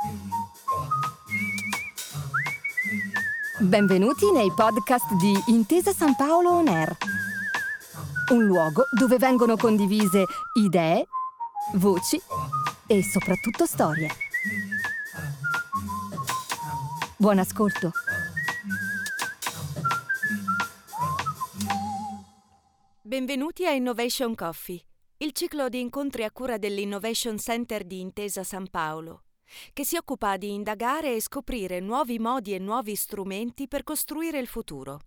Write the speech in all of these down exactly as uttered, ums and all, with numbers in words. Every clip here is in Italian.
Benvenuti nei podcast di Intesa San Paolo On Air, un luogo dove vengono condivise idee, voci e soprattutto storie. Buon ascolto. Benvenuti a Innovation Coffee, il ciclo di incontri a cura dell'Innovation Center di Intesa San Paolo, che si occupa di indagare e scoprire nuovi modi e nuovi strumenti per costruire il futuro.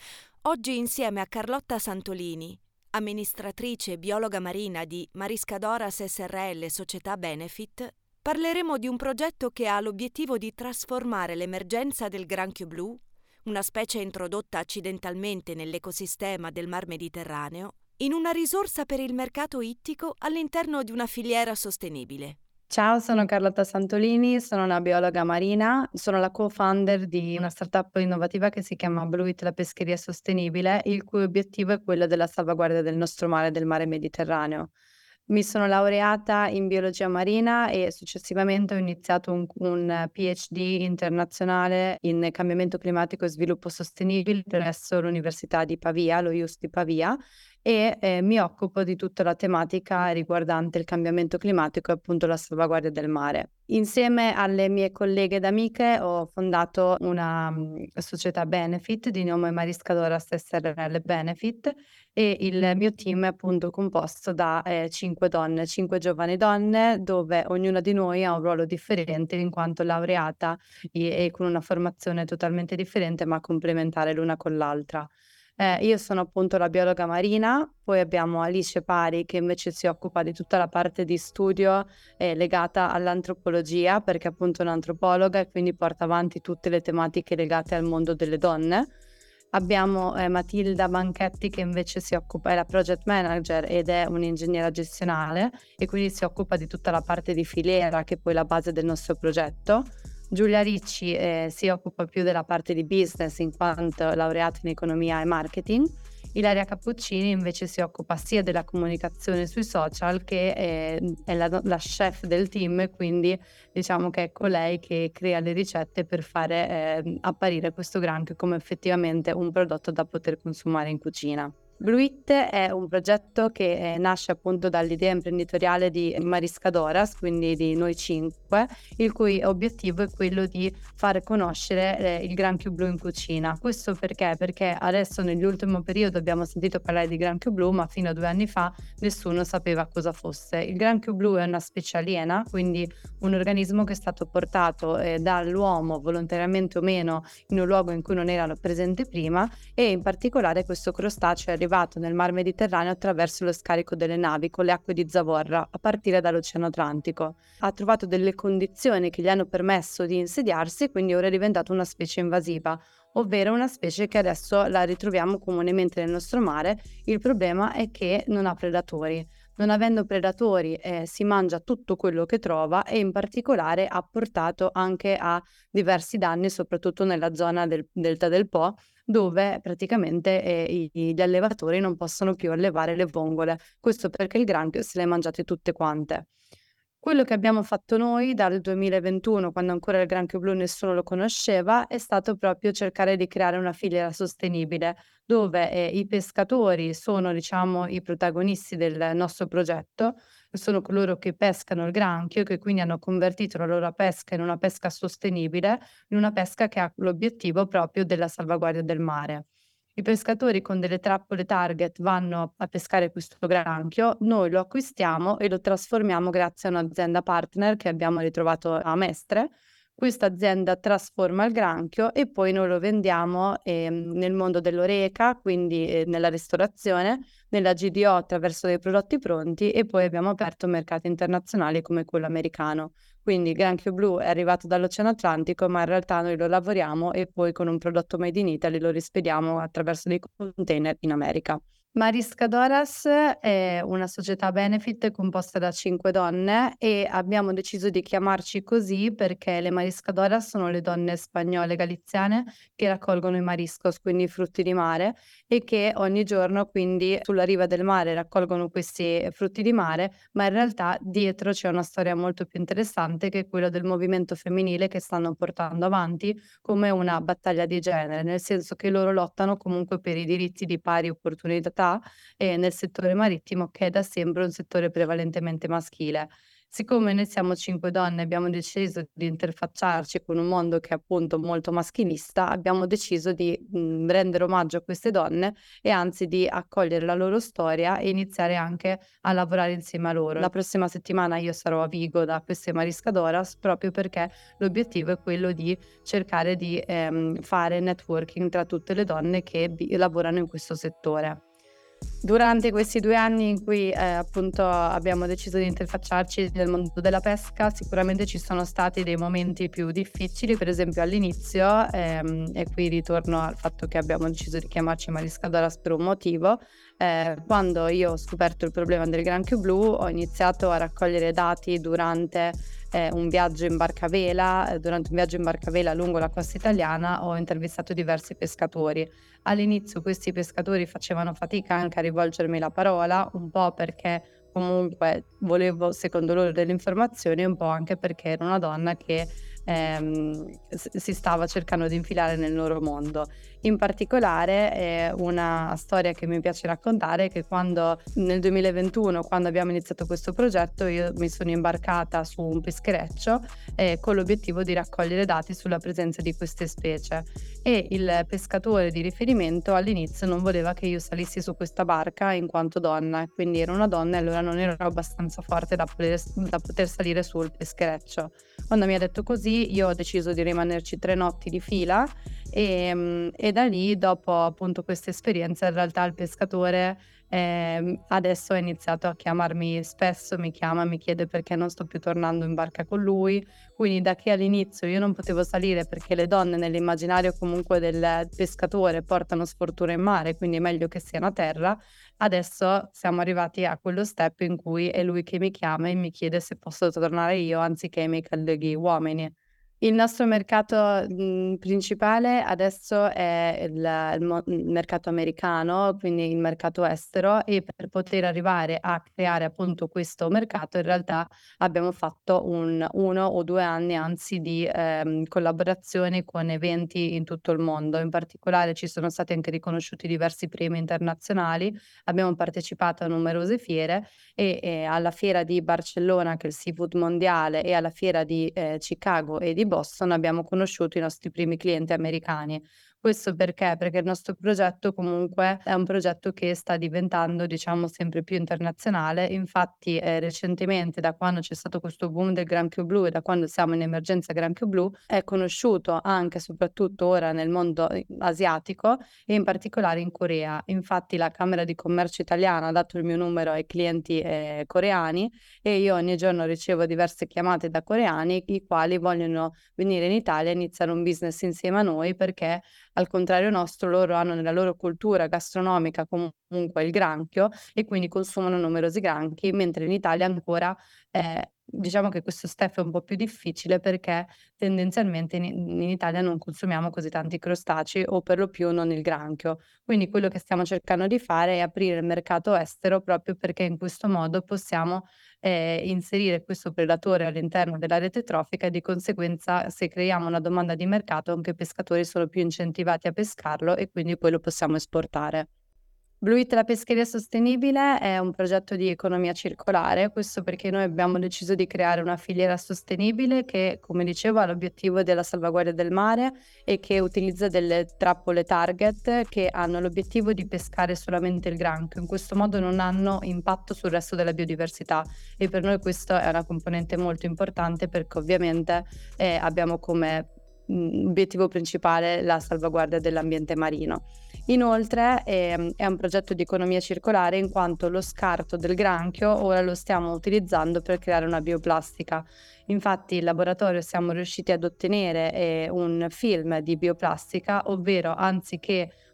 Oggi, insieme a Carlotta Santolini, amministratrice e biologa marina di Mariscadoras S R L Società Benefit, parleremo di un progetto che ha l'obiettivo di trasformare l'emergenza del granchio blu, una specie introdotta accidentalmente nell'ecosistema del Mar Mediterraneo, in una risorsa per il mercato ittico all'interno di una filiera sostenibile. Ciao, sono Carlotta Santolini, sono una biologa marina, sono la co-founder di una startup innovativa che si chiama Bluit la pescheria sostenibile, il cui obiettivo è quello della salvaguardia del nostro mare, del mare Mediterraneo. Mi sono laureata in biologia marina e successivamente ho iniziato un, un PhD internazionale in cambiamento climatico e sviluppo sostenibile presso l'Università di Pavia, lo I U S di Pavia, e eh, mi occupo di tutta la tematica riguardante il cambiamento climatico e appunto la salvaguardia del mare. Insieme alle mie colleghe ed amiche ho fondato una um, società Benefit di nome Mariscadoras S R L Benefit e il mio team è appunto composto da eh, cinque donne, cinque giovani donne, dove ognuna di noi ha un ruolo differente in quanto laureata e, e con una formazione totalmente differente ma complementare l'una con l'altra. Eh, io sono appunto la biologa marina, poi abbiamo Alice Pari che invece si occupa di tutta la parte di studio eh, legata all'antropologia, perché appunto è un'antropologa e quindi porta avanti tutte le tematiche legate al mondo delle donne. Abbiamo eh, Matilda Banchetti che invece si occupa, è la project manager ed è un'ingegnera gestionale e quindi si occupa di tutta la parte di filiera che è poi la base del nostro progetto. Giulia Ricci eh, si occupa più della parte di business in quanto laureata in economia e marketing. Ilaria Cappuccini invece si occupa sia della comunicazione sui social che è, è la, la chef del team e quindi diciamo che è colei che crea le ricette per fare eh, apparire questo granchio come effettivamente un prodotto da poter consumare in cucina. Bluit è un progetto che eh, nasce appunto dall'idea imprenditoriale di Mariscadoras, quindi di noi cinque, il cui obiettivo è quello di far conoscere eh, il granchio blu in cucina. Questo perché? Perché adesso nell'ultimo periodo abbiamo sentito parlare di granchio blu, ma fino a due anni fa nessuno sapeva cosa fosse. Il granchio blu è una specie aliena, quindi un organismo che è stato portato eh, dall'uomo volontariamente o meno in un luogo in cui non era presente prima e in particolare questo crostaceo è arrivato nel Mar Mediterraneo attraverso lo scarico delle navi con le acque di zavorra a partire dall'Oceano Atlantico. Ha trovato delle condizioni che gli hanno permesso di insediarsi e quindi ora è diventato una specie invasiva, ovvero una specie che adesso la ritroviamo comunemente nel nostro mare. Il problema è che non ha predatori. Non avendo predatori eh, si mangia tutto quello che trova e in particolare ha portato anche a diversi danni, soprattutto nella zona del delta del Po, dove praticamente eh, i, gli allevatori non possono più allevare le vongole. Questo perché il granchio se le ha mangiate tutte quante. Quello che abbiamo fatto noi dal duemilaventuno, quando ancora il granchio blu nessuno lo conosceva, è stato proprio cercare di creare una filiera sostenibile, dove eh, i pescatori sono, diciamo, i protagonisti del nostro progetto, sono coloro che pescano il granchio, che quindi hanno convertito la loro pesca in una pesca sostenibile, in una pesca che ha l'obiettivo proprio della salvaguardia del mare. I pescatori con delle trappole target vanno a pescare questo granchio, noi lo acquistiamo e lo trasformiamo grazie a un'azienda partner che abbiamo ritrovato a Mestre. Questa azienda trasforma il granchio e poi noi lo vendiamo ehm, nel mondo dell'oreca, quindi eh, nella ristorazione, nella G D O attraverso dei prodotti pronti e poi abbiamo aperto mercati internazionali come quello americano. Quindi il granchio blu è arrivato dall'Oceano Atlantico, ma in realtà noi lo lavoriamo e poi con un prodotto made in Italy lo rispediamo attraverso dei container in America. Marisca Doras è una società benefit composta da cinque donne e abbiamo deciso di chiamarci così perché le Mariscadoras sono le donne spagnole galiziane che raccolgono i mariscos, quindi i frutti di mare, e che ogni giorno quindi sulla riva del mare raccolgono questi frutti di mare, ma in realtà dietro c'è una storia molto più interessante che è quella del movimento femminile che stanno portando avanti come una battaglia di genere, nel senso che loro lottano comunque per i diritti di pari opportunità e nel settore marittimo, che è da sempre un settore prevalentemente maschile. Siccome noi siamo cinque donne e abbiamo deciso di interfacciarci con un mondo che è appunto molto maschilista, abbiamo deciso di, mhmm, rendere omaggio a queste donne e anzi di accogliere la loro storia e iniziare anche a lavorare insieme a loro. La prossima settimana io sarò a Vigo da queste Mariscadoras proprio perché l'obiettivo è quello di cercare di, ehm, fare networking tra tutte le donne che vi lavorano in questo settore. Durante questi due anni in cui, ehm, appunto abbiamo deciso di interfacciarci nel mondo della pesca, sicuramente ci sono stati dei momenti più difficili, per esempio all'inizio, ehm, e qui ritorno al fatto che abbiamo deciso di chiamarci Mariscadoras per un motivo, ehm, quando io ho scoperto il problema del granchio blu, ho iniziato a raccogliere dati durante, ehm, un viaggio in barca a vela. Ehm, durante un viaggio in barca a vela lungo la costa italiana ho intervistato diversi pescatori. All'inizio questi pescatori facevano fatica anche a rivolgermi la parola, un po' perché comunque volevo, secondo loro, delle informazioni, un po' anche perché ero una donna che ehm, s- si stava cercando di infilare nel loro mondo. In particolare, eh, una storia che mi piace raccontare è che quando nel duemilaventuno, quando abbiamo iniziato questo progetto, io mi sono imbarcata su un peschereccio eh, con l'obiettivo di raccogliere dati sulla presenza di queste specie e il pescatore di riferimento all'inizio non voleva che io salissi su questa barca in quanto donna, quindi ero una donna e allora non ero abbastanza forte da poter, da poter salire sul peschereccio. Quando mi ha detto così, io ho deciso di rimanerci tre notti di fila e, mm, e da lì, dopo appunto questa esperienza, in realtà il pescatore ehm, adesso ha iniziato a chiamarmi spesso, mi chiama, mi chiede perché non sto più tornando in barca con lui. Quindi da che all'inizio io non potevo salire perché le donne nell'immaginario comunque del pescatore portano sfortuna in mare, quindi è meglio che siano a terra, adesso siamo arrivati a quello step in cui è lui che mi chiama e mi chiede se posso tornare io anziché i miei colleghi uomini. Il nostro mercato, mhmm, principale adesso è il il mo il mercato americano, quindi il mercato estero, e per poter arrivare a creare appunto questo mercato in realtà abbiamo fatto un uno o due anni anzi di, ehm, collaborazione con eventi in tutto il mondo. In particolare ci sono stati anche riconosciuti diversi premi internazionali, abbiamo partecipato a numerose fiere e, ehm, alla fiera di Barcellona, che è il Seafood Mondiale, e alla fiera di, ehm, Chicago e di Boston abbiamo conosciuto i nostri primi clienti americani. Questo perché? Perché il nostro progetto comunque è un progetto che sta diventando, diciamo, sempre più internazionale. Infatti, ehm, recentemente, da quando c'è stato questo boom del granchio blu e da quando siamo in emergenza granchio blu, è conosciuto anche e soprattutto ora nel mondo, ehm, asiatico e in particolare in Corea. Infatti la Camera di Commercio italiana ha dato il mio numero ai clienti, ehm, coreani e io ogni giorno ricevo diverse chiamate da coreani, i quali vogliono venire in Italia e iniziare un business insieme a noi perché, al contrario nostro, loro hanno nella loro cultura gastronomica comunque il granchio e quindi consumano numerosi granchi, mentre in Italia ancora, ehm, diciamo che questo step è un po' più difficile perché tendenzialmente in in Italia non consumiamo così tanti crostacei o per lo più non il granchio. Quindi quello che stiamo cercando di fare è aprire il mercato estero proprio perché in questo modo possiamo, ehm, inserire questo predatore all'interno della rete trofica e di conseguenza se creiamo una domanda di mercato anche i pescatori sono più incentivati a pescarlo e quindi poi lo possiamo esportare. Bluit la pescheria sostenibile è un progetto di economia circolare, questo perché noi abbiamo deciso di creare una filiera sostenibile che, come dicevo, ha l'obiettivo della salvaguardia del mare e che utilizza delle trappole target che hanno l'obiettivo di pescare solamente il granchio. In questo modo non hanno impatto sul resto della biodiversità e per noi questo è una componente molto importante perché ovviamente eh, abbiamo come mh, obiettivo principale la salvaguardia dell'ambiente marino. Inoltre, ehm, è un progetto di economia circolare in quanto lo scarto del granchio ora lo stiamo utilizzando per creare una bioplastica. Infatti in laboratorio siamo riusciti ad ottenere, ehm, un film di bioplastica, ovvero anziché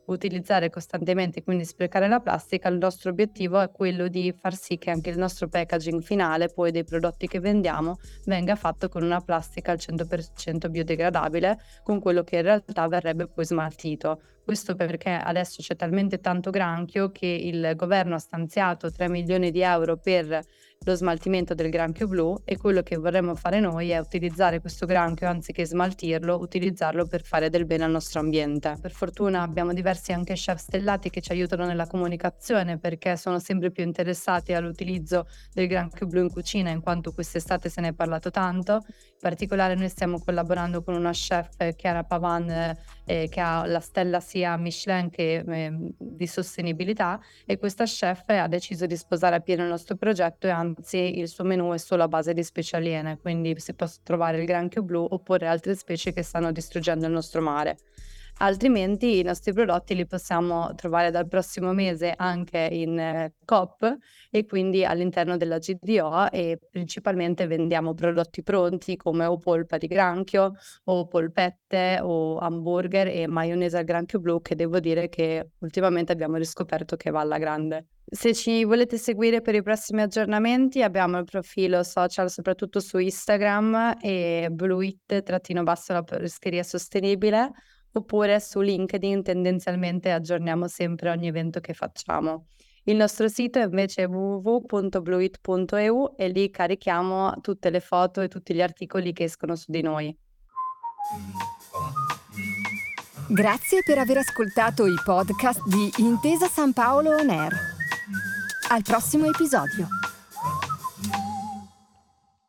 utilizzare costantemente, quindi sprecare la plastica, il nostro obiettivo è quello di far sì che anche il nostro packaging finale, poi dei prodotti che vendiamo, venga fatto con una plastica al cento per cento biodegradabile, con quello che in realtà verrebbe poi smaltito. Questo perché adesso c'è talmente tanto granchio che il governo ha stanziato tre milioni di euro per lo smaltimento del granchio blu, e quello che vorremmo fare noi è utilizzare questo granchio, anziché smaltirlo, utilizzarlo per fare del bene al nostro ambiente. Per fortuna abbiamo diversi anche chef stellati che ci aiutano nella comunicazione, perché sono sempre più interessati all'utilizzo del granchio blu in cucina, in quanto quest'estate se ne è parlato tanto. In particolare noi stiamo collaborando con una chef, Chiara Pavan, eh, che ha la stella sia Michelin che eh, di sostenibilità, e questa chef ha deciso di sposare appieno il nostro progetto, e anzi il suo menù è solo a base di specie aliene, quindi si può trovare il granchio blu oppure altre specie che stanno distruggendo il nostro mare. Altrimenti i nostri prodotti li possiamo trovare dal prossimo mese anche in eh, Coop, e quindi all'interno della G D O, e principalmente vendiamo prodotti pronti come o polpa di granchio o polpette o hamburger e maionese al granchio blu, che devo dire che ultimamente abbiamo riscoperto che va alla grande. Se ci volete seguire per i prossimi aggiornamenti, abbiamo il profilo social soprattutto su Instagram e bluit-basso la pescheria sostenibile, oppure su LinkedIn tendenzialmente aggiorniamo sempre ogni evento che facciamo. Il nostro sito è invece w w w punto bluit punto e u, e lì carichiamo tutte le foto e tutti gli articoli che escono su di noi. Grazie per aver ascoltato i podcast di Intesa San Paolo On Air. Al prossimo episodio.